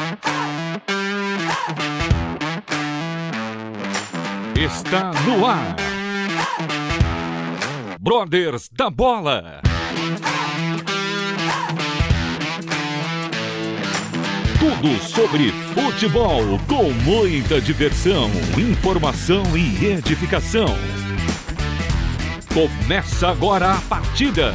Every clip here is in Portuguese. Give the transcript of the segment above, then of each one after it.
Está no ar. Brothers da Bola. Tudo sobre futebol com muita diversão, informação e edificação. Começa agora a partida.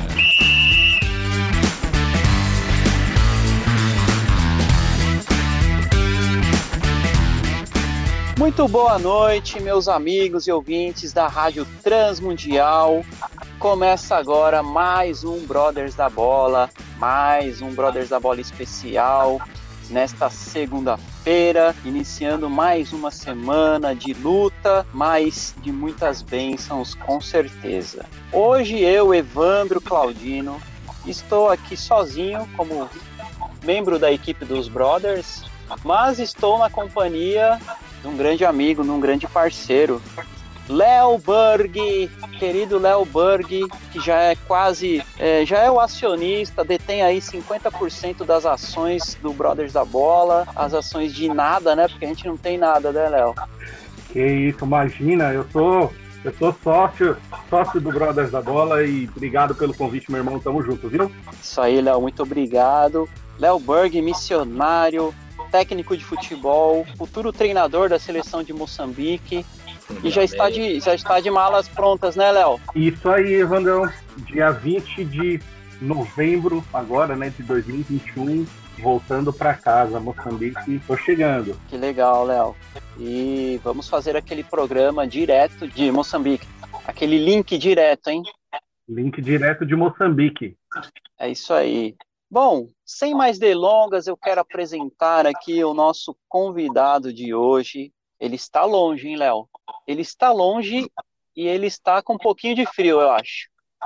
Muito boa noite, meus amigos e ouvintes da Rádio Transmundial. Começa agora mais um Brothers da Bola, mais um Brothers da Bola especial, nesta segunda-feira, iniciando mais uma semana de luta, mas de muitas bênçãos, com certeza. Hoje eu, Evandro Claudino, estou aqui sozinho como membro da equipe dos Brothers, mas estou na companhia de um grande amigo, de um grande parceiro, Léo Burg, querido Léo Burg, que já é quase, já é o acionista, detém aí 50% das ações do Brothers da Bola, as ações de nada, né, porque a gente não tem nada, né, Léo? Que isso, imagina, eu sou sócio do Brothers da Bola e obrigado pelo convite, meu irmão, tamo junto, viu? Isso aí, Léo, muito obrigado. Léo Burg, missionário, técnico de futebol, futuro treinador da seleção de Moçambique e já está de malas prontas, né, Léo? Isso aí, Evandrão. Dia 20 de novembro, agora, né, de 2021, voltando para casa, Moçambique, tô chegando. Que legal, Léo. E vamos fazer aquele programa direto de Moçambique, aquele link direto, hein? Link direto de Moçambique. É isso aí. Bom, sem mais delongas, eu quero apresentar aqui o nosso convidado de hoje. Ele está longe, hein, Léo? Ele está longe e ele está com um pouquinho de frio, eu acho.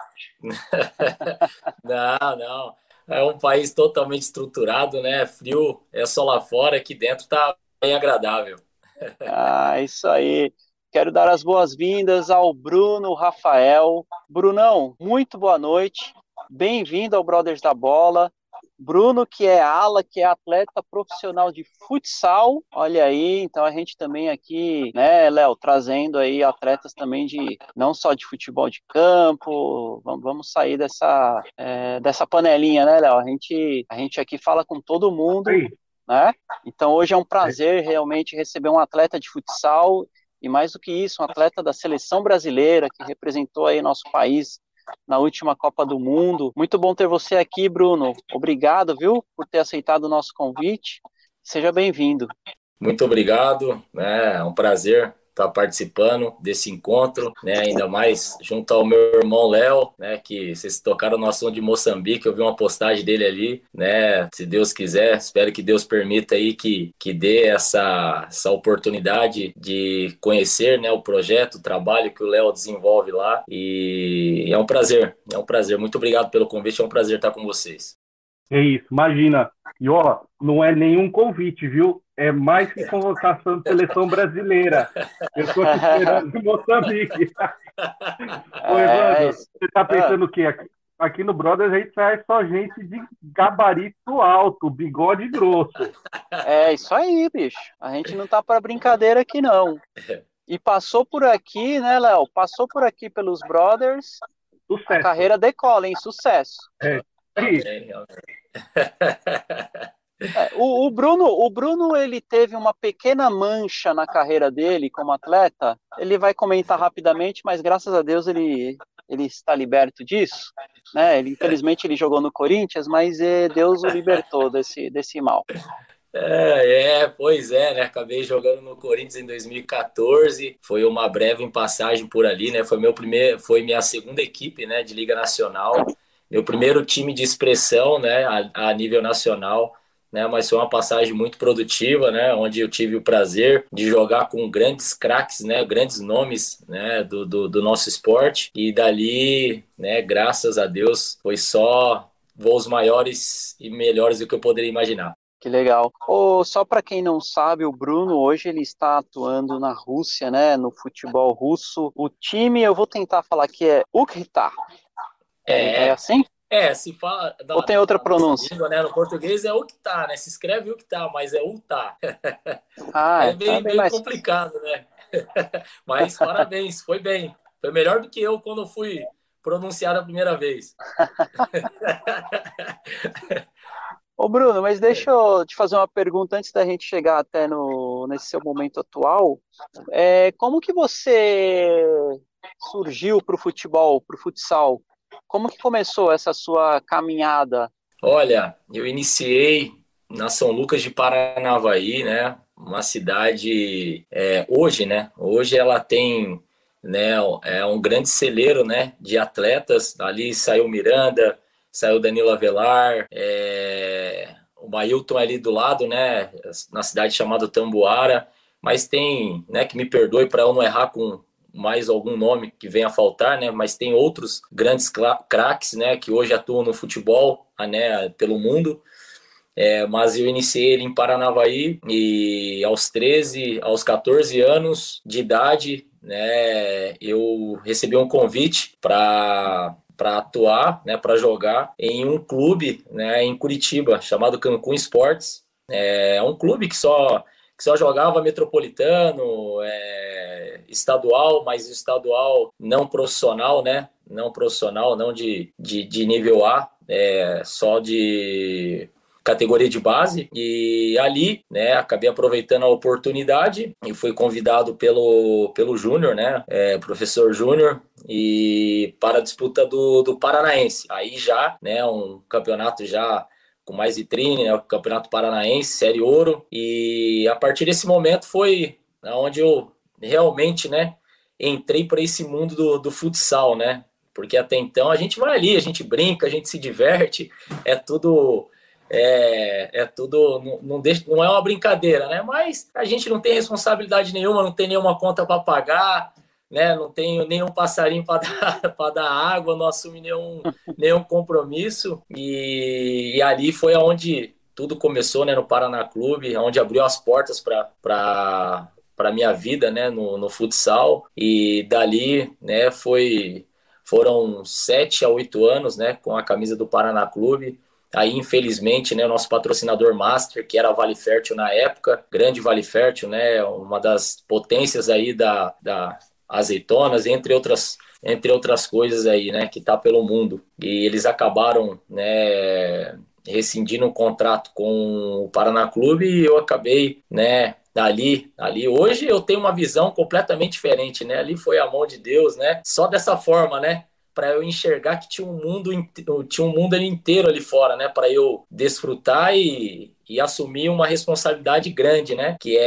Não. É um país totalmente estruturado, né? Frio é só lá fora, aqui dentro tá bem agradável. Isso aí. Quero dar as boas-vindas ao Bruno Rafael. Brunão, muito boa noite. Bem-vindo ao Brothers da Bola. Bruno, que é ala, que é atleta profissional de futsal. Olha aí, então a gente também aqui, né, Léo, trazendo aí atletas também de, não só de futebol de campo, vamos sair dessa panelinha, né, Léo? A gente aqui fala com todo mundo, né? Então hoje é um prazer realmente receber um atleta de futsal e mais do que isso, um atleta da seleção brasileira que representou aí nosso país na última Copa do Mundo. Muito bom ter você aqui, Bruno. Obrigado, viu, por ter aceitado o nosso convite. Seja bem-vindo. Muito obrigado, né? É um prazer estar participando desse encontro, né? Ainda mais junto ao meu irmão Léo, né? Que vocês tocaram no assunto de Moçambique, eu vi uma postagem dele ali, né? Se Deus quiser, espero que Deus permita aí que dê essa oportunidade de conhecer, né, o projeto, o trabalho que o Léo desenvolve lá, e é um prazer. Muito obrigado pelo convite, é um prazer estar com vocês. É isso, imagina. E ó, não é nenhum convite, viu? É mais que convocação de seleção brasileira. Eu estou esperando em Moçambique. Ô, Evandro, você tá pensando o quê? Aqui no Brothers a gente traz só gente de gabarito alto, bigode grosso. É isso aí, bicho. A gente não tá para brincadeira aqui, não. E passou por aqui, né, Léo? Passou por aqui pelos Brothers. Sucesso. A carreira decola, hein? Sucesso. O Bruno, ele teve uma pequena mancha na carreira dele como atleta. Ele vai comentar rapidamente, mas graças a Deus ele está liberto disso, né? Infelizmente ele jogou no Corinthians, mas Deus o libertou desse mal. Pois é, né? Acabei jogando no Corinthians em 2014. Foi uma breve passagem por ali, né? Foi minha segunda equipe, né, de Liga Nacional. Meu primeiro time de expressão, né, a nível nacional, né, mas foi uma passagem muito produtiva, né, onde eu tive o prazer de jogar com grandes craques, né, grandes nomes, né, do nosso esporte, e dali, né, graças a Deus, foi só voos maiores e melhores do que eu poderia imaginar. Que legal. Só para quem não sabe, o Bruno hoje ele está atuando na Rússia, né, no futebol russo. O time, eu vou tentar falar que é Ukhtar. É assim? Se fala... Ou tem outra pronúncia? Língua, né? No português é Uktá, né? Se escreve Uktá, mas é Utá. Ah, É bem mais complicado, né? Mas parabéns, foi bem. Foi melhor do que eu quando fui pronunciado a primeira vez. Ô Bruno, mas deixa eu te fazer uma pergunta antes da gente chegar até nesse seu momento atual. Como que você surgiu para o futebol, para o futsal? Como que começou essa sua caminhada? Olha, eu iniciei na São Lucas de Paranavaí, né? Uma cidade hoje, né? Hoje ela tem, né? Um grande celeiro, né? De atletas. Ali saiu Miranda, saiu Danilo Avelar, o Mailton ali do lado, né? Na cidade chamada Tamboara. Mas tem, né? Que me perdoe para eu não errar com mais algum nome que venha a faltar, né? Mas tem outros grandes craques, né? Que hoje atuam no futebol, né? Pelo mundo. Mas eu iniciei ele em Paranavaí e aos 14 anos de idade, né? Eu recebi um convite para atuar, né? Para jogar em um clube, né? Em Curitiba chamado Cancún Sports. É um clube que só jogava metropolitano, estadual, mas estadual não profissional, né? Não profissional, não de nível A, só de categoria de base. E ali, né, acabei aproveitando a oportunidade e fui convidado pelo Júnior, né, professor Júnior, e para a disputa do Paranaense. Aí já, né, um campeonato já com mais vitrine, né, o Campeonato Paranaense, Série Ouro, e a partir desse momento foi onde eu realmente, né, entrei para esse mundo do futsal, né, porque até então a gente vai ali, a gente brinca, a gente se diverte, é tudo, não é uma brincadeira, né, mas a gente não tem responsabilidade nenhuma, não tem nenhuma conta para pagar, né? Não tenho nenhum passarinho para dar água, não assume nenhum compromisso. E ali foi onde tudo começou, né? No Paraná Clube, onde abriu as portas para a minha vida, né? No futsal. E dali, né? Foram 7 a 8 anos, né? Com a camisa do Paraná Clube. Aí, infelizmente, né, o nosso patrocinador master, que era a Vale Fértil na época, grande Vale Fértil, né, uma das potências aí da azeitonas, entre outras coisas aí, né, que tá pelo mundo. E eles acabaram, né, rescindindo um contrato com o Paraná Clube e eu acabei, né, ali. Hoje eu tenho uma visão completamente diferente, né, ali foi a mão de Deus, né, só dessa forma, né, para eu enxergar que tinha um mundo ali inteiro ali fora, né, para eu desfrutar e assumir uma responsabilidade grande, né, que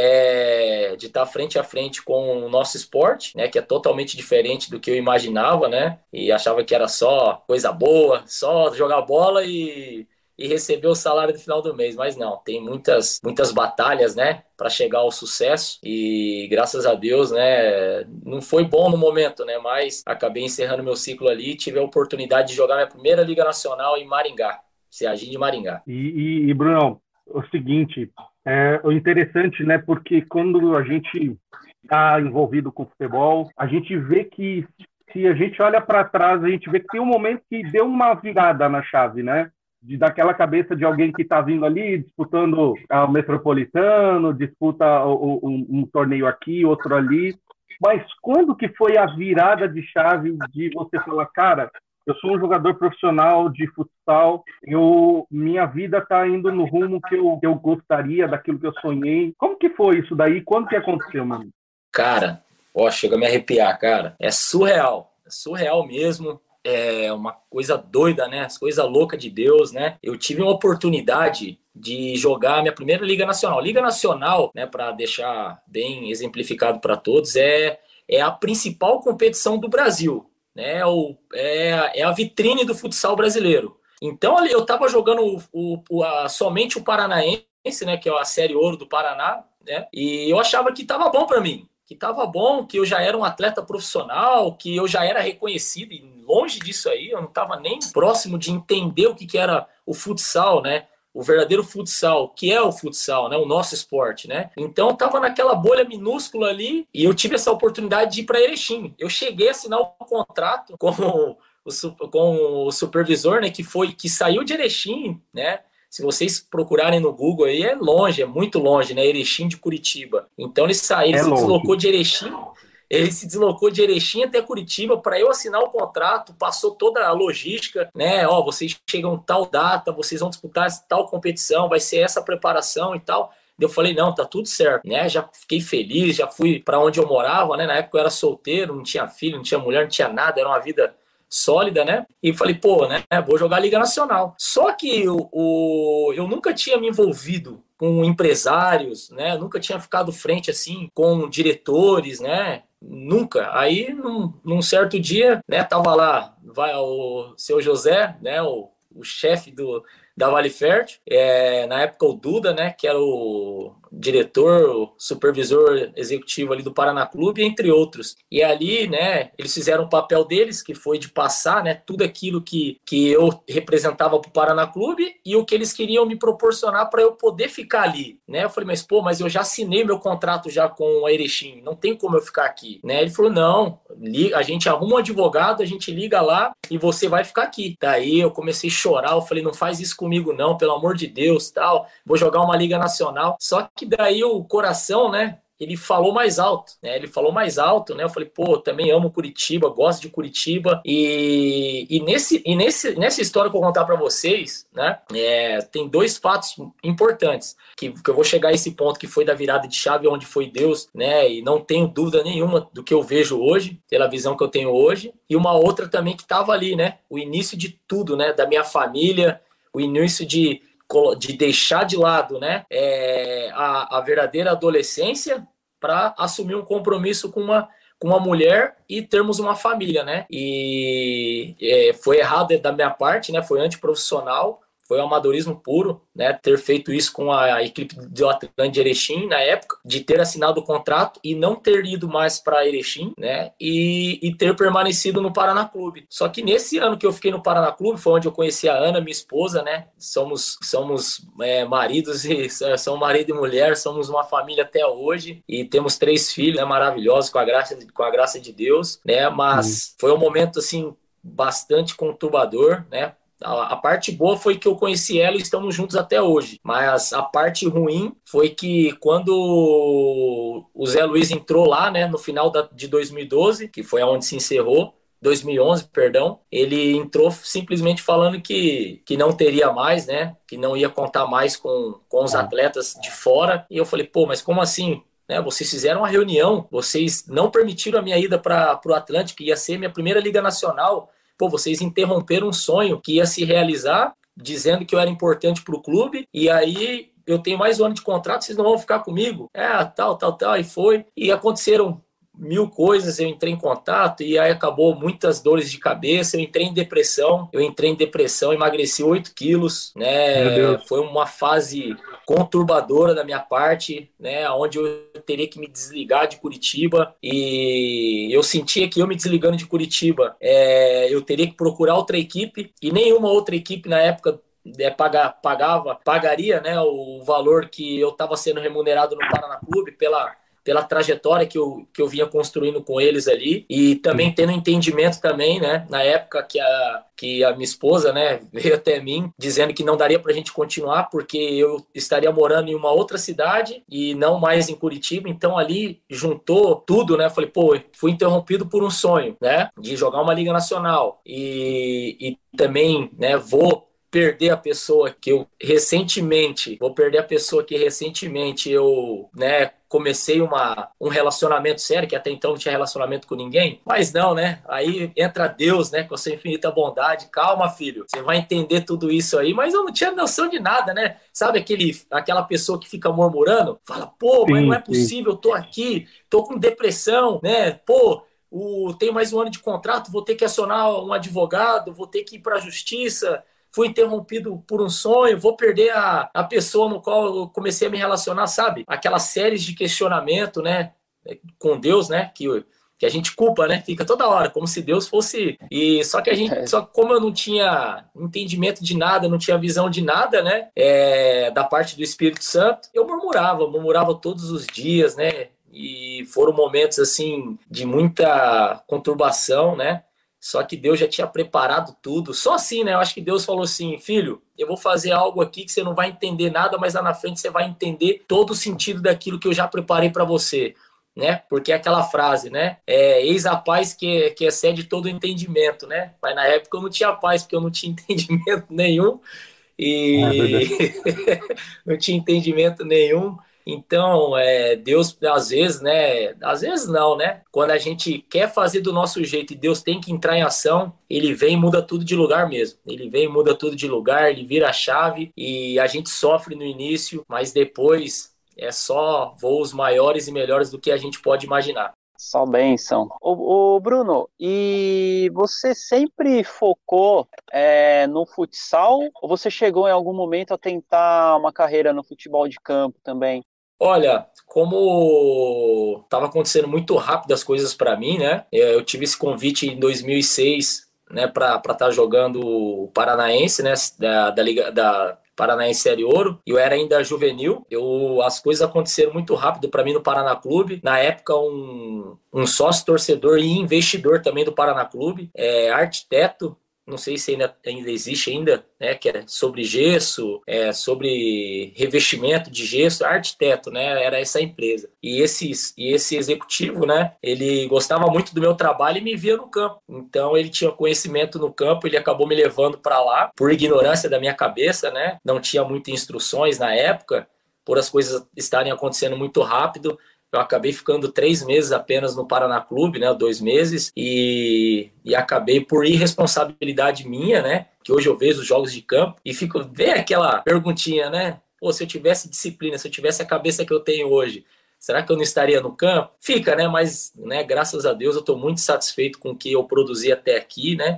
é de estar frente a frente com o nosso esporte, né, que é totalmente diferente do que eu imaginava, né, e achava que era só coisa boa, só jogar bola e receber o salário no final do mês, mas não, tem muitas batalhas, né, para chegar ao sucesso e graças a Deus, né, não foi bom no momento, né, mas acabei encerrando meu ciclo ali e tive a oportunidade de jogar minha primeira Liga Nacional em Maringá, CAG de Maringá. E Brunão, o seguinte, o interessante, né, porque quando a gente está envolvido com futebol, a gente vê que, se a gente olha para trás, a gente vê que tem um momento que deu uma virada na chave, né, daquela cabeça de alguém que está vindo ali, disputando o Metropolitano, disputa um torneio aqui, outro ali, mas quando que foi a virada de chave de você falar, cara, eu sou um jogador profissional de futsal, minha vida está indo no rumo que eu gostaria, daquilo que eu sonhei. Como que foi isso daí? Quando que aconteceu, mano? Cara, chega a me arrepiar, cara. É surreal mesmo. É uma coisa doida, né? As coisas loucas de Deus, né? Eu tive uma oportunidade de jogar a minha primeira Liga Nacional. Liga Nacional, né, para deixar bem exemplificado para todos, é a principal competição do Brasil, né? É a vitrine do futsal brasileiro. Então, ali eu estava jogando somente o Paranaense, né, que é a Série Ouro do Paraná, né? E eu achava que estava bom para mim. Que estava bom, que eu já era um atleta profissional, que eu já era reconhecido, e longe disso aí, eu não estava nem próximo de entender o que era o futsal, né? O verdadeiro futsal, que é o futsal, né? O nosso esporte, né? Então, eu estava naquela bolha minúscula ali, e eu tive essa oportunidade de ir para Erechim. Eu cheguei a assinar um contrato com o supervisor, né, que saiu de Erechim, né? Se vocês procurarem no Google aí, é longe, é muito longe, né? Erechim de Curitiba. Então ele se deslocou de Erechim. Ele se deslocou de Erechim até Curitiba para eu assinar o contrato, passou toda a logística, né? Ó, vocês chegam tal data, vocês vão disputar tal competição, vai ser essa preparação e tal. Eu falei, não, tá tudo certo, né? Já fiquei feliz, já fui para onde eu morava, né? Na época eu era solteiro, não tinha filho, não tinha mulher, não tinha nada, era uma vida sólida, né? E falei, pô, né? Vou jogar a Liga Nacional. Só que eu nunca tinha me envolvido com empresários, né? Nunca tinha ficado frente, assim, com diretores, né? Nunca. Aí, num certo dia, né? Tava lá, vai o seu José, né? O chefe da Vale Fértil, na época o Duda, né, que era o diretor, o supervisor executivo ali do Paraná Clube, entre outros. E ali, né, eles fizeram o papel deles, que foi de passar, né, tudo aquilo que eu representava para o Paraná Clube e o que eles queriam me proporcionar para eu poder ficar ali, né? Eu falei, mas eu já assinei meu contrato já com a Erechim, não tem como eu ficar aqui, né? Ele falou, não, a gente arruma um advogado, a gente liga lá e você vai ficar aqui. Daí eu comecei a chorar, eu falei, não faz isso comigo não, pelo amor de Deus, tal, vou jogar uma Liga Nacional. Só que daí o coração, né, ele falou mais alto, né? Ele falou mais alto, né? Eu falei, pô, também amo Curitiba, gosto de Curitiba. E nessa história que eu vou contar para vocês, né? Tem dois fatos importantes que eu vou chegar a esse ponto que foi da virada de chave, onde foi Deus, né? E não tenho dúvida nenhuma do que eu vejo hoje, pela visão que eu tenho hoje. E uma outra também que estava ali, né? O início de tudo, né? Da minha família, o início de deixar de lado, né, a verdadeira adolescência para assumir um compromisso com uma mulher e termos uma família, né? E foi errado da minha parte, né? Foi antiprofissional, foi um amadorismo puro, né? Ter feito isso com a equipe do Atlântico de Erechim na época, de ter assinado o contrato e não ter ido mais para Erechim, né? E ter permanecido no Paraná Clube. Só que nesse ano que eu fiquei no Paraná Clube foi onde eu conheci a Ana, minha esposa, né? Somos maridos e somos marido e mulher, somos uma família até hoje e temos 3 filhos, né? Maravilhosos com a graça de Deus, né? Mas foi um momento assim bastante conturbador, né? A parte boa foi que eu conheci ela e estamos juntos até hoje. Mas a parte ruim foi que quando o Zé Luiz entrou lá, né, no final de 2012, que foi onde se encerrou, 2011, perdão, ele entrou simplesmente falando que não teria mais, né, que não ia contar mais com os atletas de fora. E eu falei, pô, mas como assim? Né, vocês fizeram uma reunião, vocês não permitiram a minha ida para o Atlântico, que ia ser minha primeira Liga Nacional. Pô, vocês interromperam um sonho que ia se realizar, dizendo que eu era importante para o clube, e aí eu tenho mais um ano de contrato, vocês não vão ficar comigo? Tal, e foi. E aconteceram 1000 coisas, eu entrei em contato, e aí acabou muitas dores de cabeça, eu entrei em depressão, emagreci 8 quilos, né? Foi uma fase conturbadora da minha parte, né, onde eu teria que me desligar de Curitiba, e eu sentia que eu me desligando de Curitiba, eu teria que procurar outra equipe, e nenhuma outra equipe na época pagaria, né, o valor que eu estava sendo remunerado no Paraná Clube pela trajetória que eu vinha construindo com eles ali, e também tendo entendimento também, né, na época que a minha esposa, né, veio até mim dizendo que não daria pra gente continuar porque eu estaria morando em uma outra cidade e não mais em Curitiba. Então ali juntou tudo, né, falei, pô, fui interrompido por um sonho, né, de jogar uma Liga Nacional e também, né, vou perder a pessoa que recentemente eu, né, comecei um relacionamento sério, que até então não tinha relacionamento com ninguém, mas não, né, aí entra Deus, né, com a sua infinita bondade, calma, filho, você vai entender tudo isso aí, mas eu não tinha noção de nada, né, sabe aquela pessoa que fica murmurando, fala, pô, mas não é possível, eu tô aqui, tô com depressão, né, pô, tenho mais um ano de contrato, vou ter que acionar um advogado, vou ter que ir pra justiça, fui interrompido por um sonho, vou perder a pessoa no qual eu comecei a me relacionar, sabe? Aquelas séries de questionamento, né, com Deus, né, que a gente culpa, né, fica toda hora, como se Deus fosse... Só que como eu não tinha entendimento de nada, não tinha visão de nada, né, da parte do Espírito Santo, eu murmurava todos os dias, né, e foram momentos, assim, de muita conturbação, né, Só que Deus já tinha preparado tudo. Só assim, né? Eu acho que Deus falou assim, filho, eu vou fazer algo aqui que você não vai entender nada, mas lá na frente você vai entender todo o sentido daquilo que eu já preparei para você. Né? Porque é aquela frase, né? Eis a paz que excede todo o entendimento, né? Mas na época eu não tinha paz, porque eu não tinha entendimento nenhum. E não tinha entendimento nenhum. Então, Deus, às vezes, né? Às vezes não, né? Quando a gente quer fazer do nosso jeito e Deus tem que entrar em ação, ele vem e muda tudo de lugar mesmo. Ele vem e muda tudo de lugar, ele vira a chave e a gente sofre no início, mas depois é só voos maiores e melhores do que a gente pode imaginar. Só bênção. Ô Bruno, e você sempre focou no futsal ou você chegou em algum momento a tentar uma carreira no futebol de campo também? Olha, como estava acontecendo muito rápido as coisas para mim, né? Eu tive esse convite em 2006, né, para estar jogando o Paranaense, né, da Liga da Paranaense Série Ouro, e eu era ainda juvenil. As coisas aconteceram muito rápido para mim no Paraná Clube. Na época, um sócio torcedor e investidor também do Paraná Clube, arquiteto, não sei se ainda existe ainda, né, que é sobre gesso, sobre revestimento de gesso, arquiteto, né, era essa empresa. E esse executivo, né, ele gostava muito do meu trabalho e me via no campo. Então ele tinha conhecimento no campo, ele acabou me levando para lá, por ignorância da minha cabeça, né, não tinha muitas instruções na época, por as coisas estarem acontecendo muito rápido. Eu acabei ficando 3 meses apenas no Paraná Clube, né, 2 meses, e acabei por irresponsabilidade minha, né, que hoje eu vejo os jogos de campo e vem aquela perguntinha, né, pô, se eu tivesse disciplina, se eu tivesse a cabeça que eu tenho hoje, será que eu não estaria no campo? Fica, né, mas, né, graças a Deus eu estou muito satisfeito com o que eu produzi até aqui, né,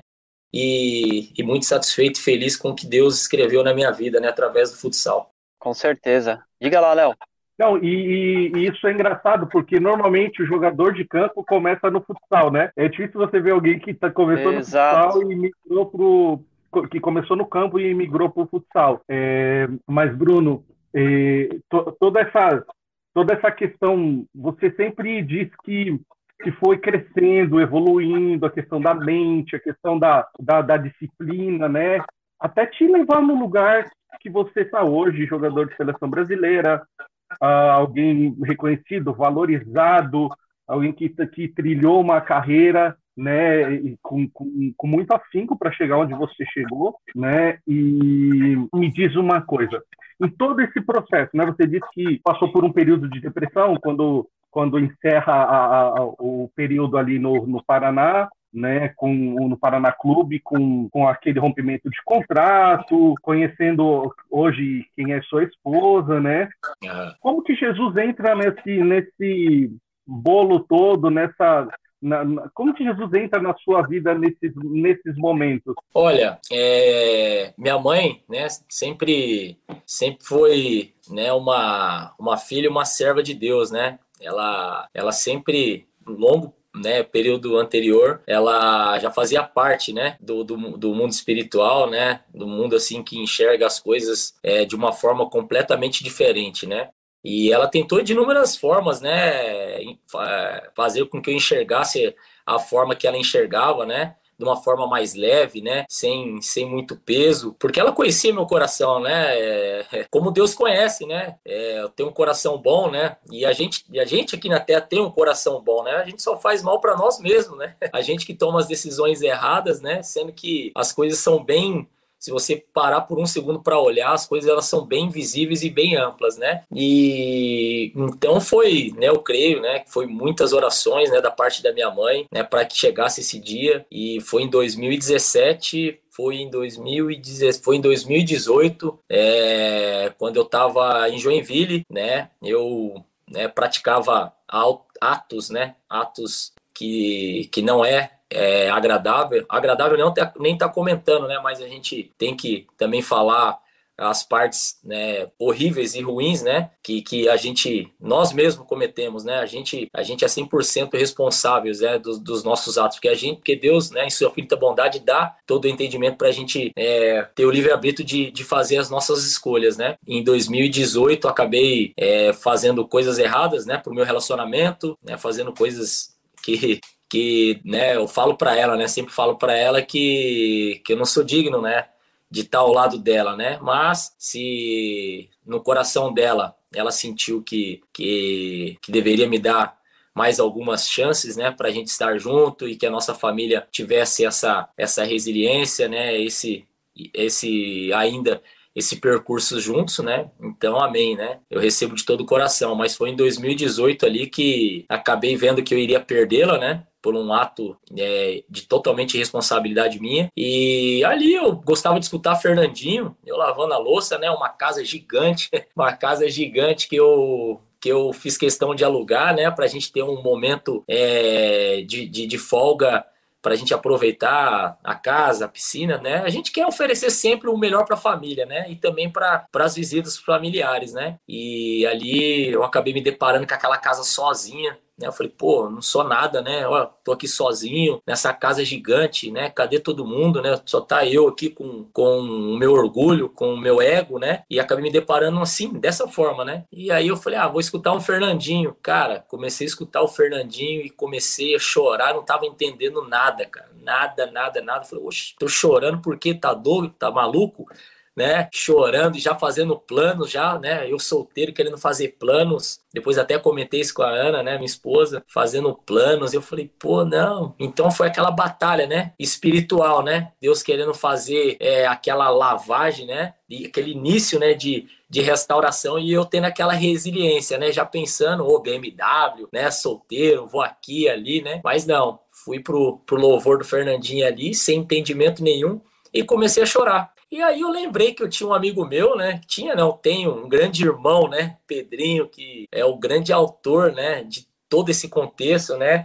e muito satisfeito e feliz com o que Deus escreveu na minha vida, né, através do futsal. Com certeza. Diga lá, Léo. Não, e isso é engraçado, porque normalmente o jogador de campo começa no futsal, né? É difícil você ver alguém que começou no futsal e migrou que começou no campo e migrou para o futsal. Mas, Bruno, toda essa questão, você sempre diz que foi crescendo, evoluindo, a questão da mente, a questão da disciplina, né? Até te levar no lugar que você está hoje, jogador de seleção brasileira, alguém reconhecido, valorizado, alguém que trilhou uma carreira, né, com muito afinco para chegar onde você chegou, né? E me diz uma coisa, em todo esse processo, né, você disse que passou por um período de depressão quando encerra o período ali no Paraná, né, no Paraná Clube, com aquele rompimento de contrato, conhecendo hoje quem é sua esposa, né? Como que Jesus entra nesse bolo todo, como que Jesus entra na sua vida nesses momentos? Olha, minha mãe, né, sempre foi, né, uma filha, uma serva de Deus, né? Ela sempre, longo, né, período anterior, ela já fazia parte, né, do mundo espiritual, né, do mundo assim que enxerga as coisas de uma forma completamente diferente, né, e ela tentou de inúmeras formas, né, fazer com que eu enxergasse a forma que ela enxergava, né, de uma forma mais leve, né, sem muito peso, porque ela conhecia meu coração, né, como Deus conhece, né, eu tenho um coração bom, né, e a gente aqui na Terra tem um coração bom, né, a gente só faz mal para nós mesmos, né, a gente que toma as decisões erradas, né, sendo que as coisas são bem, se você parar por um segundo para olhar, as coisas elas são bem visíveis e bem amplas, né? E então foi, né? Eu creio, né? Que foi muitas orações, né? Da parte da minha mãe, né? Para que chegasse esse dia. E foi em 2017, foi em 2018, quando eu estava em Joinville, né? Eu, né, praticava atos, né? Atos que não agradável não nem tá comentando, né? Mas a gente tem que também falar as partes, né, horríveis e ruins, né? Que nós mesmos cometemos, né? A gente é 100% responsáveis, né, dos nossos atos, porque Deus, né, em sua infinita bondade, dá todo o entendimento para a gente ter o livre-arbítrio de fazer as nossas escolhas, né? Em 2018 eu acabei fazendo coisas erradas, né, pro meu relacionamento, né, fazendo coisas que né, eu falo para ela, né, sempre falo para ela que eu não sou digno, né, de estar ao lado dela, né, mas se no coração dela ela sentiu que deveria me dar mais algumas chances, né, para a gente estar junto e que a nossa família tivesse essa resiliência, né, esse percurso juntos, né? Então, amém, né? Eu recebo de todo o coração, mas foi em 2018 ali que acabei vendo que eu iria perdê-la, né? Por um ato de totalmente responsabilidade minha. E ali eu gostava de escutar Fernandinho, eu lavando a louça, né? Uma casa gigante que eu fiz questão de alugar, né? Pra gente ter um momento de folga, para a gente aproveitar a casa, a piscina, né? A gente quer oferecer sempre o melhor para a família, né? E também para as visitas familiares, né? E ali eu acabei me deparando com aquela casa sozinha, né? Eu falei, pô, não sou nada, né? Ó, tô aqui sozinho nessa casa gigante, né? Cadê todo mundo, né? Só tá eu aqui com o meu orgulho, com o meu ego, né? E acabei me deparando assim, dessa forma, né? E aí eu falei, vou escutar um Fernandinho. Cara, comecei a escutar o Fernandinho e comecei a chorar, não tava entendendo nada, cara. Nada. Eu falei, oxe, tô chorando porque tá doido, tá maluco? Né, chorando e já fazendo planos, já, né, eu solteiro querendo fazer planos, depois até comentei isso com a Ana, né, minha esposa, fazendo planos, eu falei, pô, não, então foi aquela batalha, né, espiritual, né, Deus querendo fazer aquela lavagem, né, e aquele início, né, de restauração, e eu tendo aquela resiliência, né, já pensando, BMW, né, solteiro, vou aqui, ali, né, mas não, fui pro louvor do Fernandinho ali, sem entendimento nenhum, e comecei a chorar. E aí eu lembrei que eu tinha um amigo meu, né? Tenho um grande irmão, né? Pedrinho, que é o grande autor, né? De todo esse contexto, né?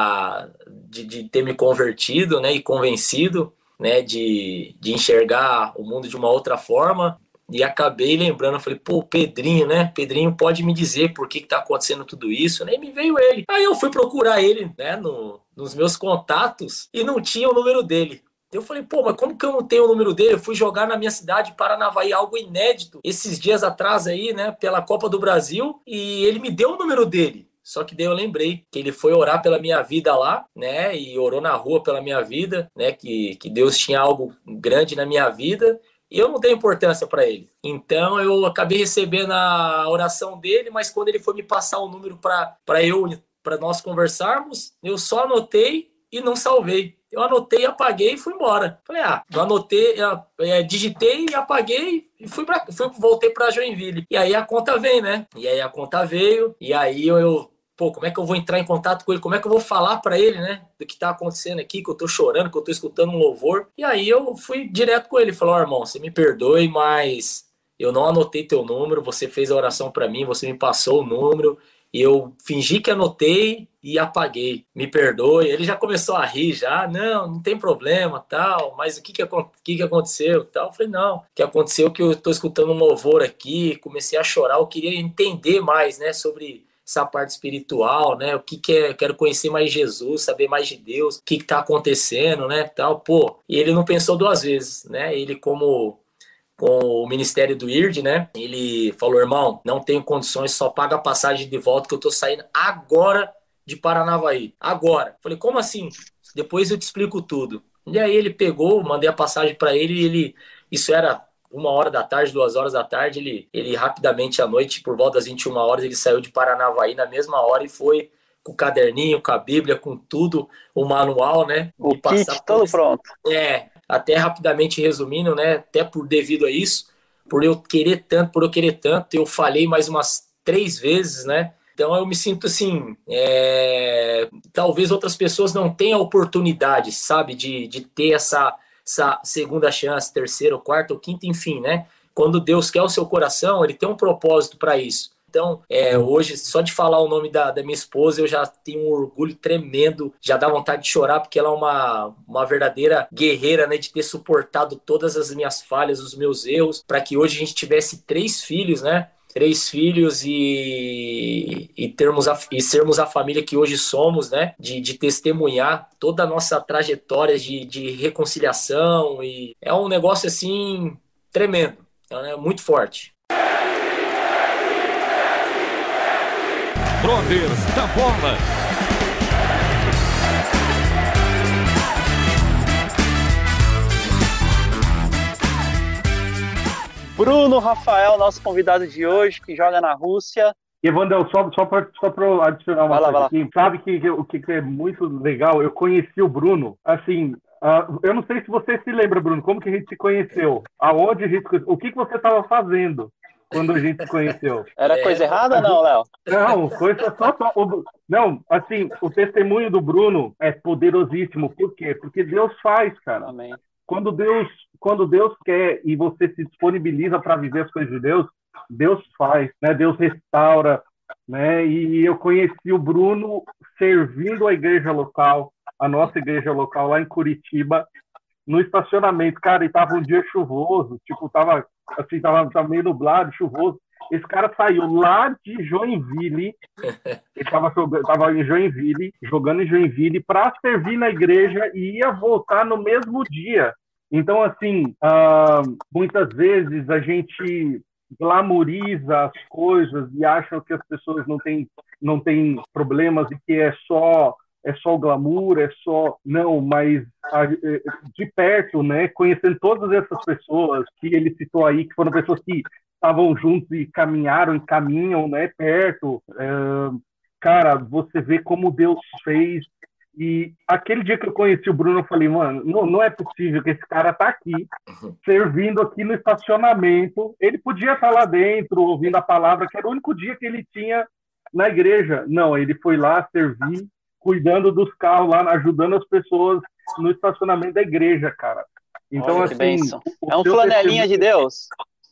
De ter me convertido, né? E convencido, né? De enxergar o mundo de uma outra forma. E acabei lembrando, eu falei, pô, Pedrinho, né? Pedrinho pode me dizer por que tá acontecendo tudo isso, né? E me veio ele. Aí eu fui procurar ele, né? Nos meus contatos e não tinha o número dele. Eu falei, pô, mas como que eu não tenho o número dele? Eu fui jogar na minha cidade, Paranavaí, algo inédito, esses dias atrás aí, né, pela Copa do Brasil, e ele me deu o número dele. Só que daí eu lembrei que ele foi orar pela minha vida lá, né, e orou na rua pela minha vida, né, que Deus tinha algo grande na minha vida, e eu não dei importância para ele. Então eu acabei recebendo a oração dele, mas quando ele foi me passar o número para nós conversarmos, eu só anotei e não salvei. Eu anotei, apaguei e fui embora. Falei, eu anotei, digitei e apaguei e voltei para Joinville. E aí a conta veio, né? E aí pô, como é que eu vou entrar em contato com ele? Como é que eu vou falar para ele, né? Do que tá acontecendo aqui, que eu tô chorando, que eu tô escutando um louvor. E aí eu fui direto com ele. Falei, irmão, você me perdoe, mas eu não anotei teu número, você fez a oração para mim, você me passou o número, e eu fingi que anotei e apaguei. Me perdoe. Ele já começou a rir, já. Não tem problema, tal. Mas o que aconteceu? Tal. Eu falei, não. O que aconteceu é que eu estou escutando um louvor aqui, comecei a chorar. Eu queria entender mais, né, sobre essa parte espiritual, né? O que é? Eu quero conhecer mais Jesus, saber mais de Deus, o que está acontecendo, né? Tal. Pô. E ele não pensou duas vezes, né? Ele, com o Ministério do IRD, né? Ele falou, irmão, não tenho condições, só paga a passagem de volta que eu tô saindo agora de Paranavaí. Agora. Falei, como assim? Depois eu te explico tudo. E aí ele pegou, mandei a passagem para ele, isso era 1h da tarde, 2h da tarde, ele rapidamente à noite, por volta das 21 horas, ele saiu de Paranavaí na mesma hora e foi com o caderninho, com a Bíblia, com tudo, o manual, né? O kit todo pronto. Até rapidamente resumindo, né? Até devido a isso, por eu querer tanto, eu falhei mais umas 3 vezes, né? Então eu me sinto assim, talvez outras pessoas não tenham a oportunidade, sabe, de ter essa segunda chance, terceira, ou quarta, ou quinta, enfim, né? Quando Deus quer o seu coração, ele tem um propósito para isso. Então, hoje, só de falar o nome da minha esposa, eu já tenho um orgulho tremendo, já dá vontade de chorar, porque ela é uma verdadeira guerreira, né, de ter suportado todas as minhas falhas, os meus erros, para que hoje a gente tivesse 3 filhos, né? 3 filhos e sermos a família que hoje somos, né? De testemunhar toda a nossa trajetória de reconciliação, e é um negócio, assim, tremendo, é muito forte. Brothers da Bola. Bruno Rafael, nosso convidado de hoje, que joga na Rússia. E, Evandel, só para adicionar uma coisa aqui, sabe o que é muito legal? Eu conheci o Bruno, assim, eu não sei se você se lembra, Bruno, como que a gente se conheceu? Aonde a gente o que você estava fazendo quando a gente se conheceu? Era coisa errada ou não, Léo? Não, coisa só... Não, assim, o testemunho do Bruno é poderosíssimo. Por quê? Porque Deus faz, cara. Amém. Quando Deus quer e você se disponibiliza para viver as coisas de Deus, Deus faz, né? Deus restaura, né? E eu conheci o Bruno servindo a igreja local, a nossa igreja local lá em Curitiba, no estacionamento, cara, e tava um dia chuvoso, tipo, tava meio nublado, chuvoso. Esse cara saiu lá de Joinville, ele tava em Joinville, jogando em Joinville, para servir na igreja e ia voltar no mesmo dia. Então, assim, muitas vezes a gente glamoriza as coisas e acham que as pessoas não têm problemas e que é só o glamour, não, mas de perto, né, conhecendo todas essas pessoas que ele citou aí, que foram pessoas que estavam juntos e caminharam e caminham, né, perto, cara, você vê como Deus fez. E aquele dia que eu conheci o Bruno, eu falei, mano, não é possível que esse cara tá aqui, servindo aqui no estacionamento. Ele podia estar lá dentro, ouvindo a palavra, que era o único dia que ele tinha na igreja. Não, ele foi lá servir, cuidando dos carros lá, ajudando as pessoas no estacionamento da igreja, cara. Então, olha, assim... que bênção. É um flanelinha de Deus.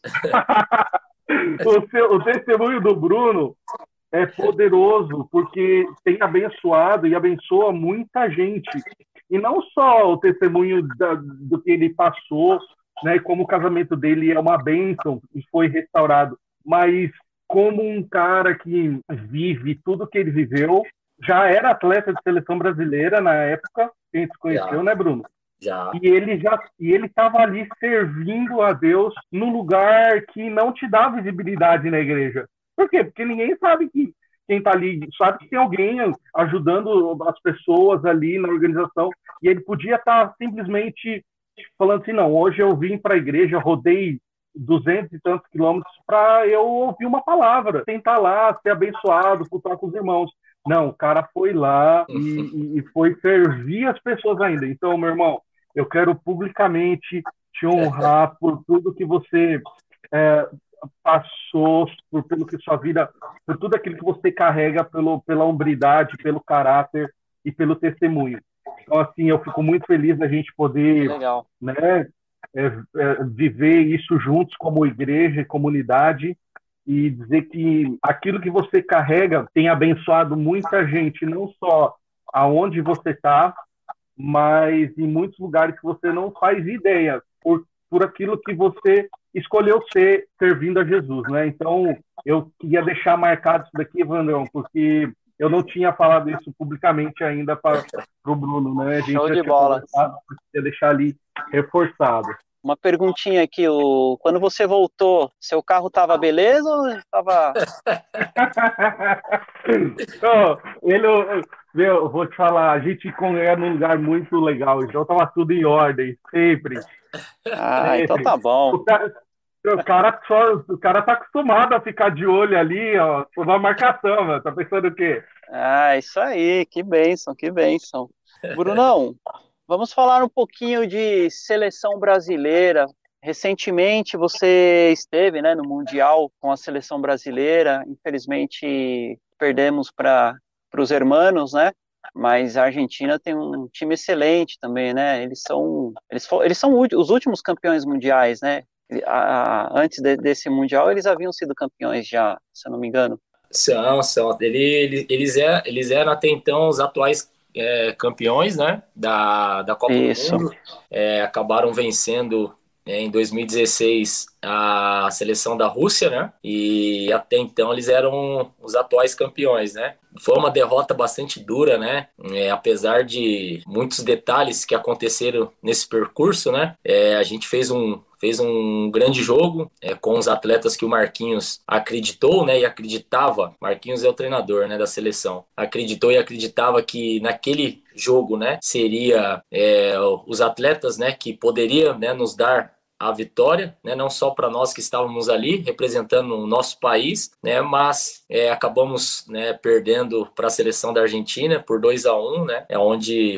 O testemunho do Bruno é poderoso, porque tem abençoado e abençoa muita gente. E não só o testemunho do que ele passou, né, como o casamento dele é uma bênção e foi restaurado, mas como um cara que vive tudo que ele viveu, já era atleta de seleção brasileira na época, que a gente se conheceu, né, Bruno? Já. E ele estava ali servindo a Deus no lugar que não te dá visibilidade na igreja. Por quê? Porque ninguém sabe que quem está ali, sabe que tem alguém ajudando as pessoas ali na organização, e ele podia estar simplesmente falando assim, não, hoje eu vim para a igreja, rodei 200 e tantos quilômetros para eu ouvir uma palavra, tentar lá, ser abençoado, cultuar com os irmãos. Não, o cara foi lá e foi servir as pessoas ainda. Então, meu irmão, eu quero publicamente te honrar por tudo que você passou, pelo que sua vida, por tudo aquilo que você carrega, pela hombridade, pelo caráter e pelo testemunho. Então, assim, eu fico muito feliz da gente poder, né, viver isso juntos como igreja e comunidade, e dizer que aquilo que você carrega tem abençoado muita gente, não só aonde você está, mas em muitos lugares que você não faz ideia, por aquilo que você escolheu ser, servindo a Jesus, né? Então, eu queria deixar marcado isso daqui, Vandrão, porque eu não tinha falado isso publicamente ainda para o Bruno, né? A gente show de bola. Queria deixar ali reforçado. Uma perguntinha aqui, quando você voltou, seu carro estava beleza ou estava... Eu vou te falar, a gente congrega num lugar muito legal, então estava tudo em ordem, sempre. Sempre. Então tá bom. O cara tá acostumado a ficar de olho ali, ó, por uma marcação, mano. Tá pensando o quê? Isso aí, que bênção, que bênção. Brunão, vamos falar um pouquinho de seleção brasileira. Recentemente você esteve, né, no Mundial com a seleção brasileira. Infelizmente perdemos para os hermanos, né? Mas a Argentina tem um time excelente também, né? Eles são os últimos campeões mundiais, né? Antes desse Mundial eles haviam sido campeões já, se eu não me engano. São. Eles eram até então os atuais campeões, né, da Copa Isso. do Mundo. Acabaram vencendo em 2016 a seleção da Rússia, né, e até então eles eram os atuais campeões, né. Foi uma derrota bastante dura, né, apesar de muitos detalhes que aconteceram nesse percurso, né, a gente fez um grande jogo com os atletas que o Marquinhos acreditou, né, e acreditava. Marquinhos é o treinador, né, da seleção. Acreditou e acreditava que naquele jogo, né, seria os atletas, né, que poderiam, né, nos dar a vitória, né? Não só para nós que estávamos ali representando o nosso país, né? Mas acabamos, né, perdendo para a seleção da Argentina por 2-1, né? Onde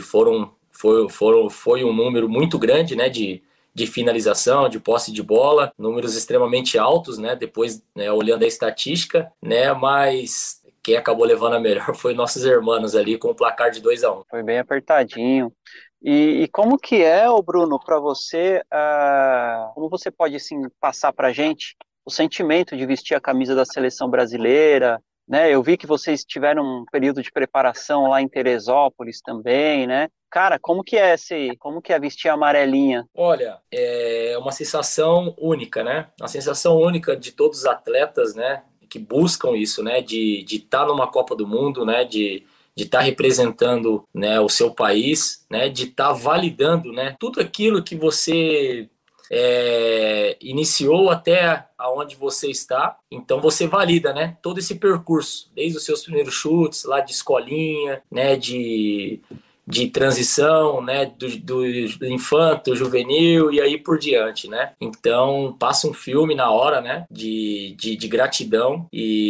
foi um número muito grande, né, de finalização, de posse de bola, números extremamente altos, né? Depois, né, olhando a estatística, né? Mas quem acabou levando a melhor foi nossos irmãos ali com o placar de 2-1. Foi bem apertadinho. E como que é, Bruno, para você, como você pode assim, passar para a gente o sentimento de vestir a camisa da seleção brasileira, né? Eu vi que vocês tiveram um período de preparação lá em Teresópolis também, né? Cara, como que é vestir a amarelinha? Olha, é uma sensação única, né? Uma sensação única de todos os atletas, né, que buscam isso, né, de estar numa Copa do Mundo, né, de estar representando, né, o seu país, né, de estar validando, né, tudo aquilo que você iniciou até aonde você está. Então você valida, né, todo esse percurso, desde os seus primeiros chutes lá de escolinha, né, de transição, né, do infanto, juvenil e aí por diante, né? Então passa um filme na hora, né, de gratidão.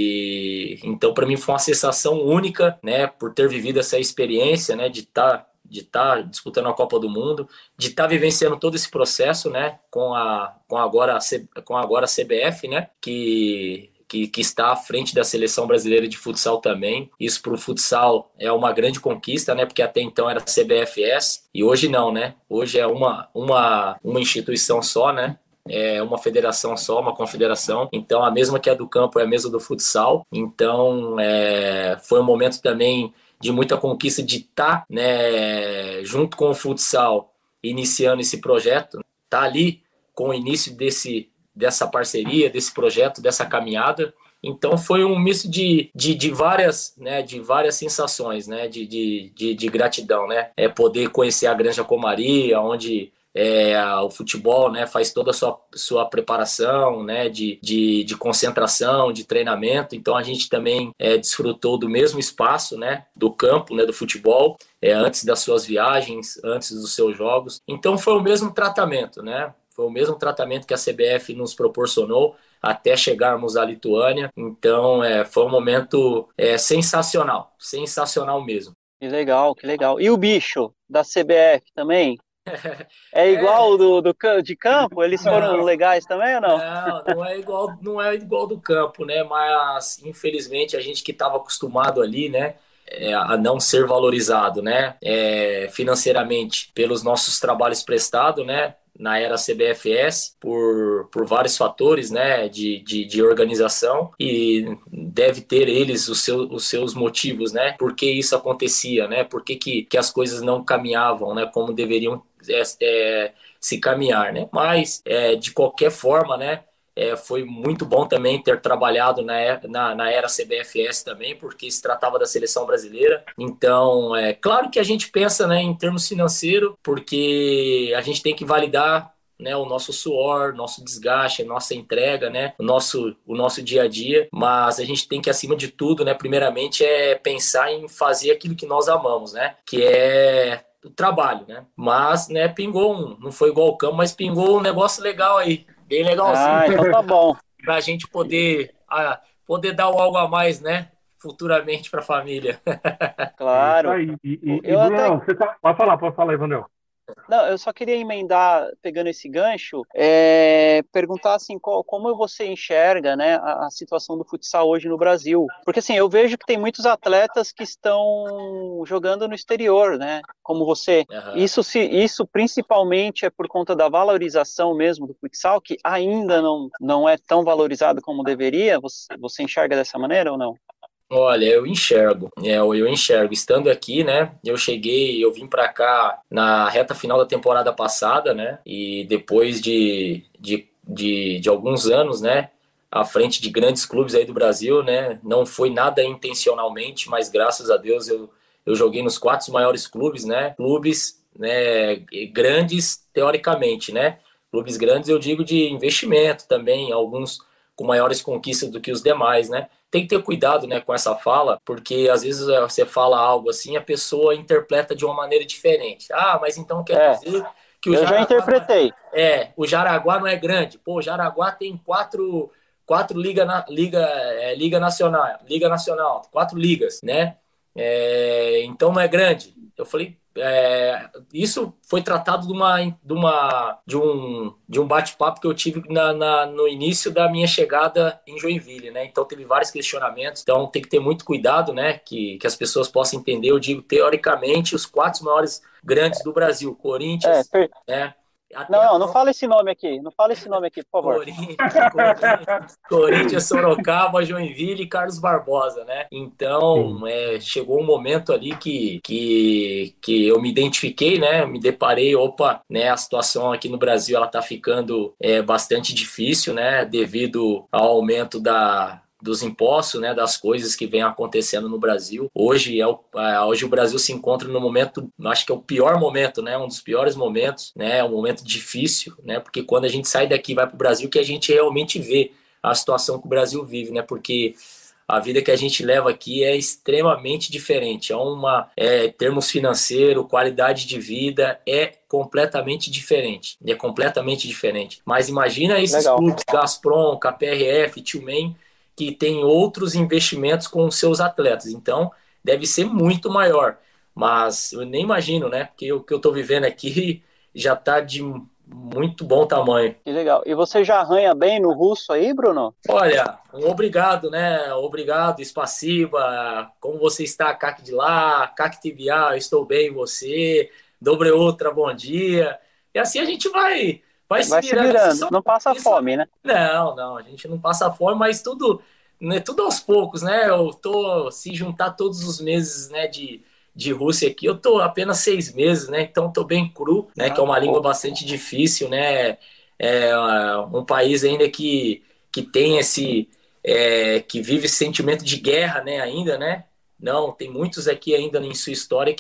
E então para mim foi uma sensação única, né, por ter vivido essa experiência, né, de estar disputando a Copa do Mundo, de estar vivenciando todo esse processo, né, com agora a CBF, né, que está à frente da seleção brasileira de futsal também. Isso para o futsal é uma grande conquista, né? Porque até então era a CBFS e hoje não, né? Hoje é uma instituição só, né? É uma federação só, uma confederação. Então a mesma que a do campo é a mesma do futsal. Então foi um momento também de muita conquista de estar, né, junto com o futsal, iniciando esse projeto, tá ali com o início dessa parceria, desse projeto, dessa caminhada. Então foi um misto de várias, né, de várias sensações, né, de gratidão, né, poder conhecer a Granja Comaria, onde o futebol, né, faz toda a sua preparação, né, de concentração, de treinamento. Então a gente também desfrutou do mesmo espaço, né, do campo, né, do futebol, antes das suas viagens, antes dos seus jogos. Então foi o mesmo tratamento, né? Foi o mesmo tratamento que a CBF nos proporcionou até chegarmos à Lituânia. Então, foi um momento sensacional, sensacional mesmo. Que legal, que legal. E o bicho da CBF também? É igual de campo? Eles foram legais também ou não? Não é igual do campo, né? Mas, infelizmente, a gente que estava acostumado ali, né, a não ser valorizado, né, financeiramente pelos nossos trabalhos prestados, né, na era CBFS, por vários fatores, né, de organização, e deve ter eles os seus motivos, né, por que isso acontecia, né, por que as coisas não caminhavam, né, como deveriam se caminhar, né, mas de qualquer forma, né, foi muito bom também ter trabalhado na era CBFS também, porque se tratava da seleção brasileira. Então, claro que a gente pensa, né, em termos financeiros, porque a gente tem que validar, né, o nosso suor, nosso desgaste, nossa entrega, né, o nosso dia a dia, mas a gente tem que, acima de tudo, né, primeiramente pensar em fazer aquilo que nós amamos, né, que é o trabalho, né, mas, né, pingou não foi igual ao campo, mas pingou um negócio legal aí, bem legalzinho. Então tá bom. Pra gente poder dar algo a mais, né, futuramente pra família. Claro. Bruno, pode falar, Ivanel. Não, eu só queria emendar, pegando esse gancho, perguntar assim, como você enxerga, né, a situação do futsal hoje no Brasil? Porque assim, eu vejo que tem muitos atletas que estão jogando no exterior, né, como você. Uhum. Isso principalmente é por conta da valorização mesmo do futsal, que ainda não é tão valorizado como deveria? Você enxerga dessa maneira ou não? Olha, eu enxergo. Estando aqui, né, eu vim para cá na reta final da temporada passada, né, e depois de alguns anos, né, à frente de grandes clubes aí do Brasil, né, não foi nada intencionalmente, mas graças a Deus eu joguei nos 4 maiores clubes, né, grandes teoricamente, né, clubes grandes eu digo de investimento também, alguns com maiores conquistas do que os demais, né. Tem que ter cuidado, né, com essa fala, porque às vezes você fala algo assim, a pessoa interpreta de uma maneira diferente. Ah, mas então quer dizer que o Eu já Jaraguá interpretei. o Jaraguá não é grande. Pô, o Jaraguá tem quatro liga nacional, 4 ligas, né? Então não é grande. Eu falei, isso foi tratado de um bate-papo que eu tive no início da minha chegada em Joinville, né? Então teve vários questionamentos, então tem que ter muito cuidado, né? Que as pessoas possam entender. Eu digo, teoricamente, os 4 maiores grandes do Brasil, Corinthians, né? Não fala esse nome aqui. Não fala esse nome aqui, por favor. Corinthians, Sorocaba, Joinville e Carlos Barbosa, né? Então, chegou um momento ali que eu me identifiquei, né? Me deparei, né? A situação aqui no Brasil, ela tá ficando bastante difícil, né? Devido ao aumento dos impostos, né, das coisas que vem acontecendo no Brasil. Hoje o Brasil se encontra no momento, acho que é o pior momento, né, um dos piores momentos, né, um momento difícil, né, porque quando a gente sai daqui e vai para o Brasil, que a gente realmente vê a situação que o Brasil vive, né, porque a vida que a gente leva aqui é extremamente diferente. Termos financeiros, qualidade de vida é completamente diferente. Mas imagina esses clubes, Gazprom, KPRF, Tilman, que tem outros investimentos com os seus atletas. Então, deve ser muito maior. Mas eu nem imagino, né? Porque o que eu estou vivendo aqui já está de muito bom tamanho. Que legal. E você já arranha bem no russo aí, Bruno? Olha, um obrigado, né? Obrigado, spasiba. Como você está, как дела? Как тебя? Estou bem, e você? Dobre outra, bom dia. E assim a gente vai se virando. Não passa fome, né? Não, a gente não passa fome, mas tudo aos poucos, né? Se juntar todos os meses, né, de Rússia aqui, eu tô apenas 6 meses, né? Então tô bem cru, né? Que é uma língua bastante difícil, né? É um país ainda que tem que vive esse sentimento de guerra, né? Ainda, né? Não, tem muitos aqui ainda em sua história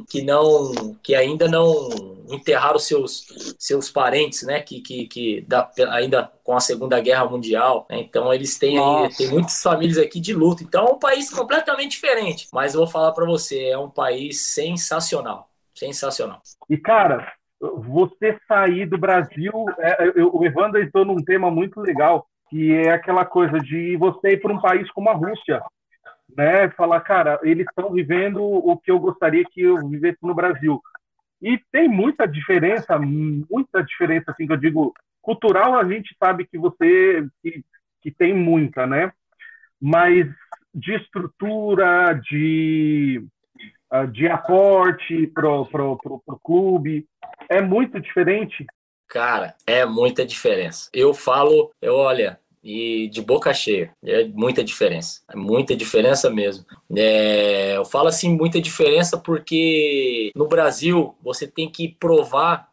que ainda não enterraram seus parentes, né? Ainda com a Segunda Guerra Mundial, né? Então eles tem muitas famílias aqui de luto. Então é um país completamente diferente. Mas eu vou falar para você, é um país sensacional. E cara, você sair do Brasil, o Evandro entrou num tema muito legal, que é aquela coisa de você ir para um país como a Rússia, né? Falar, cara, eles estão vivendo o que eu gostaria que eu vivesse no Brasil. E tem muita diferença, assim, que eu digo, cultural a gente sabe que tem muita, né? Mas de estrutura, de aporte pro clube, é muito diferente. Cara, é muita diferença. Olha, e de boca cheia, é muita diferença mesmo. Eu falo assim, muita diferença porque no Brasil você tem que provar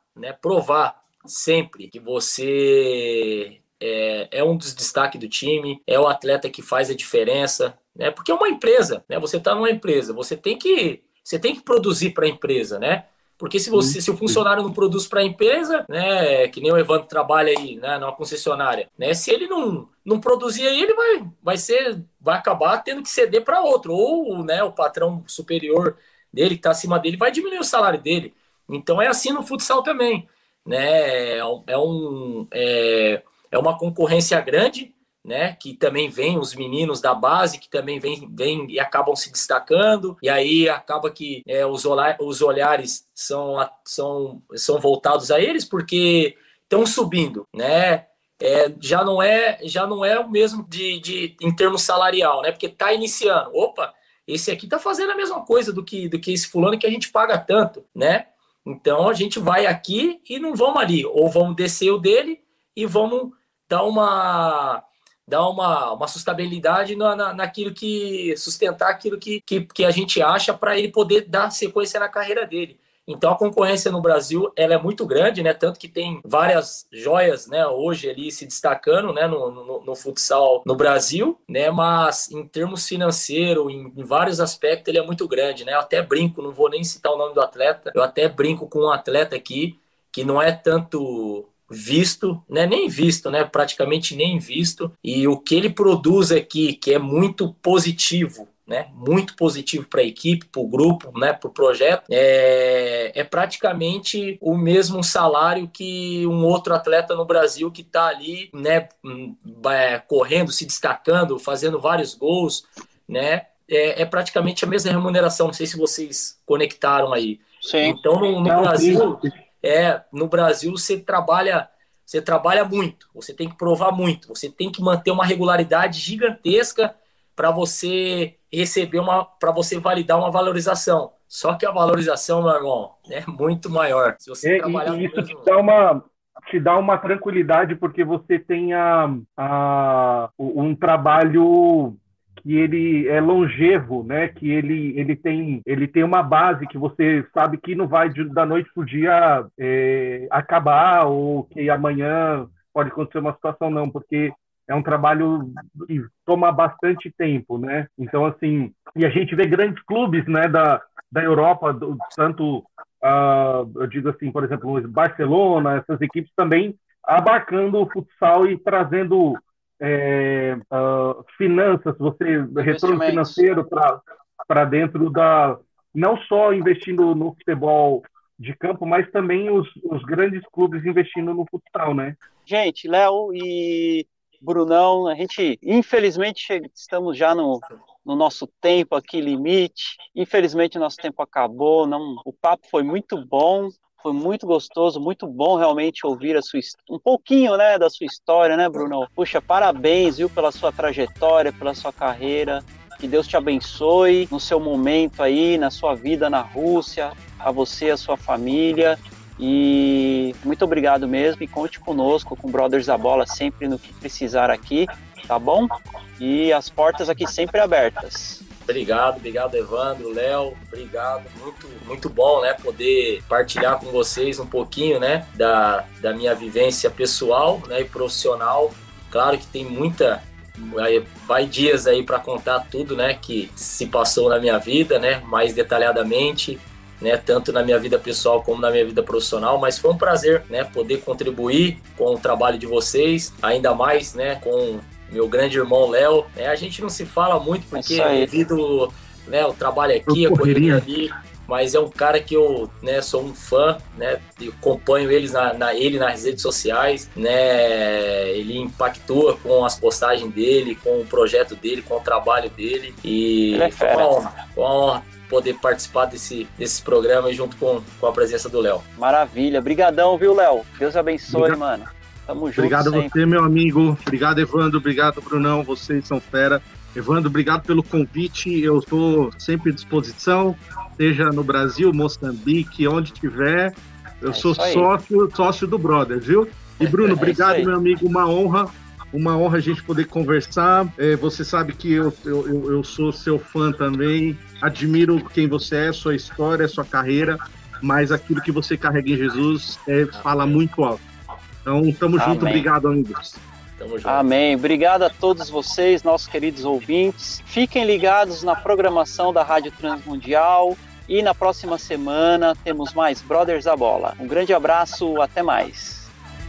sempre que você é um dos destaques do time, é o atleta que faz a diferença, né? Porque é uma empresa, né? Você está numa empresa, você tem que produzir para a empresa, né? Porque se o funcionário não produz para a empresa, né, que nem o Evandro trabalha aí, né, numa concessionária, né, se ele não produzir aí, ele vai acabar tendo que ceder para outro, ou, né, o patrão superior dele, que está acima dele, vai diminuir o salário dele. Então é assim no futsal também, né? É uma concorrência grande, né, que também vem os meninos da base, que também vem e acabam se destacando, e aí acaba que os olhares são voltados a eles porque estão subindo, né? Já não é o mesmo em termos salarial, né? Porque está iniciando. Opa, esse aqui está fazendo a mesma coisa do que esse fulano que a gente paga tanto, né? Então a gente vai aqui e não vamos ali, ou vamos descer o dele e vamos dar uma sustentabilidade naquilo sustentar aquilo que a gente acha para ele poder dar sequência na carreira dele. Então a concorrência no Brasil ela é muito grande, né? Tanto que tem várias joias, né, hoje ali se destacando, né, no futsal no Brasil, né? Mas em termos financeiros, em vários aspectos, ele é muito grande, né? Eu até brinco, não vou nem citar o nome do atleta, eu até brinco com um atleta aqui que não é tanto visto, né? Nem visto, né? Praticamente nem visto. E o que ele produz aqui, que é muito positivo, né? Muito positivo para a equipe, para o grupo, né? Para o projeto. É praticamente o mesmo salário que um outro atleta no Brasil que está ali, né? Correndo, se destacando, fazendo vários gols, né? É praticamente a mesma remuneração. Não sei se vocês conectaram aí. Sim. Então, no Brasil você trabalha muito, você tem que provar muito, você tem que manter uma regularidade gigantesca para você receber para você validar uma valorização. Só que a valorização, meu irmão, é muito maior. Se você trabalhar e isso te dá uma tranquilidade, porque você tem um trabalho que ele é longevo, né? Que ele tem uma base que você sabe que não vai da noite pro dia acabar, ou que amanhã pode acontecer uma situação, não, porque é um trabalho que toma bastante tempo, né? Então, assim, e a gente vê grandes clubes, né, da Europa, tanto, eu digo assim, por exemplo, Barcelona, essas equipes também abarcando o futsal e trazendo finanças, retorno financeiro para dentro não só investindo no futebol de campo, mas também os grandes clubes investindo no futsal, né? Gente, Léo e Brunão, a gente, infelizmente, estamos já no nosso tempo aqui, limite. Infelizmente, o nosso tempo acabou. O papo foi muito bom. Foi muito gostoso, muito bom realmente ouvir um pouquinho, né, da sua história, né, Bruno? Puxa, parabéns, viu, pela sua trajetória, pela sua carreira. Que Deus te abençoe no seu momento aí, na sua vida na Rússia, a você, a sua família. E muito obrigado mesmo, e conte conosco, com Brothers da Bola, sempre no que precisar aqui, tá bom? E as portas aqui sempre abertas. Obrigado, Evandro, Léo, obrigado, muito bom, né, poder partilhar com vocês um pouquinho, né, da minha vivência pessoal, né, e profissional. Claro que tem vai dias aí para contar tudo, né, que se passou na minha vida, né, mais detalhadamente, né, tanto na minha vida pessoal como na minha vida profissional, mas foi um prazer, né, poder contribuir com o trabalho de vocês, ainda mais, né, com meu grande irmão Léo. A gente não se fala muito porque devido, né, o trabalho aqui, a correria ali, mas é um cara que eu, né, sou um fã, né, acompanho ele nas redes sociais, né, ele impactua com as postagens dele, com o projeto dele, com o trabalho dele, e foi uma honra poder participar desse programa junto com a presença do Léo. Maravilha, brigadão, viu, Léo? Deus abençoe, mano. Tamo junto. Obrigado a você, meu amigo. Obrigado, Evandro. Obrigado, Brunão. Vocês são fera. Evandro, obrigado pelo convite. Eu estou sempre à disposição, seja no Brasil, Moçambique, onde tiver. Eu sou sócio do Brother, viu? E, Bruno, obrigado, meu amigo. Uma honra a gente poder conversar. Você sabe que eu sou seu fã também. Admiro quem você é, sua história, sua carreira, mas aquilo que você carrega em Jesus fala muito alto. Então, tamo junto. Obrigado, amigos. Tamo junto. Amém. Obrigado a todos vocês, nossos queridos ouvintes. Fiquem ligados na programação da Rádio Transmundial e na próxima semana temos mais Brothers da Bola. Um grande abraço, até mais.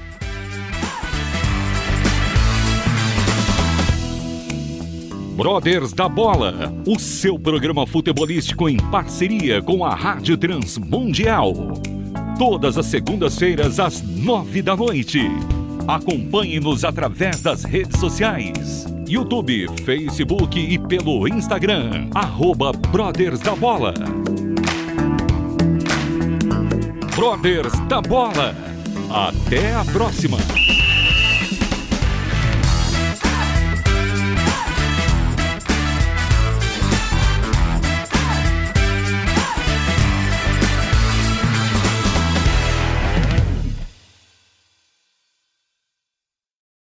Brothers da Bola, o seu programa futebolístico em parceria com a Rádio Transmundial. Todas as segundas-feiras às 21h. Acompanhe-nos através das redes sociais, YouTube, Facebook e pelo Instagram, @Brothers da Bola. Brothers da Bola. Até a próxima!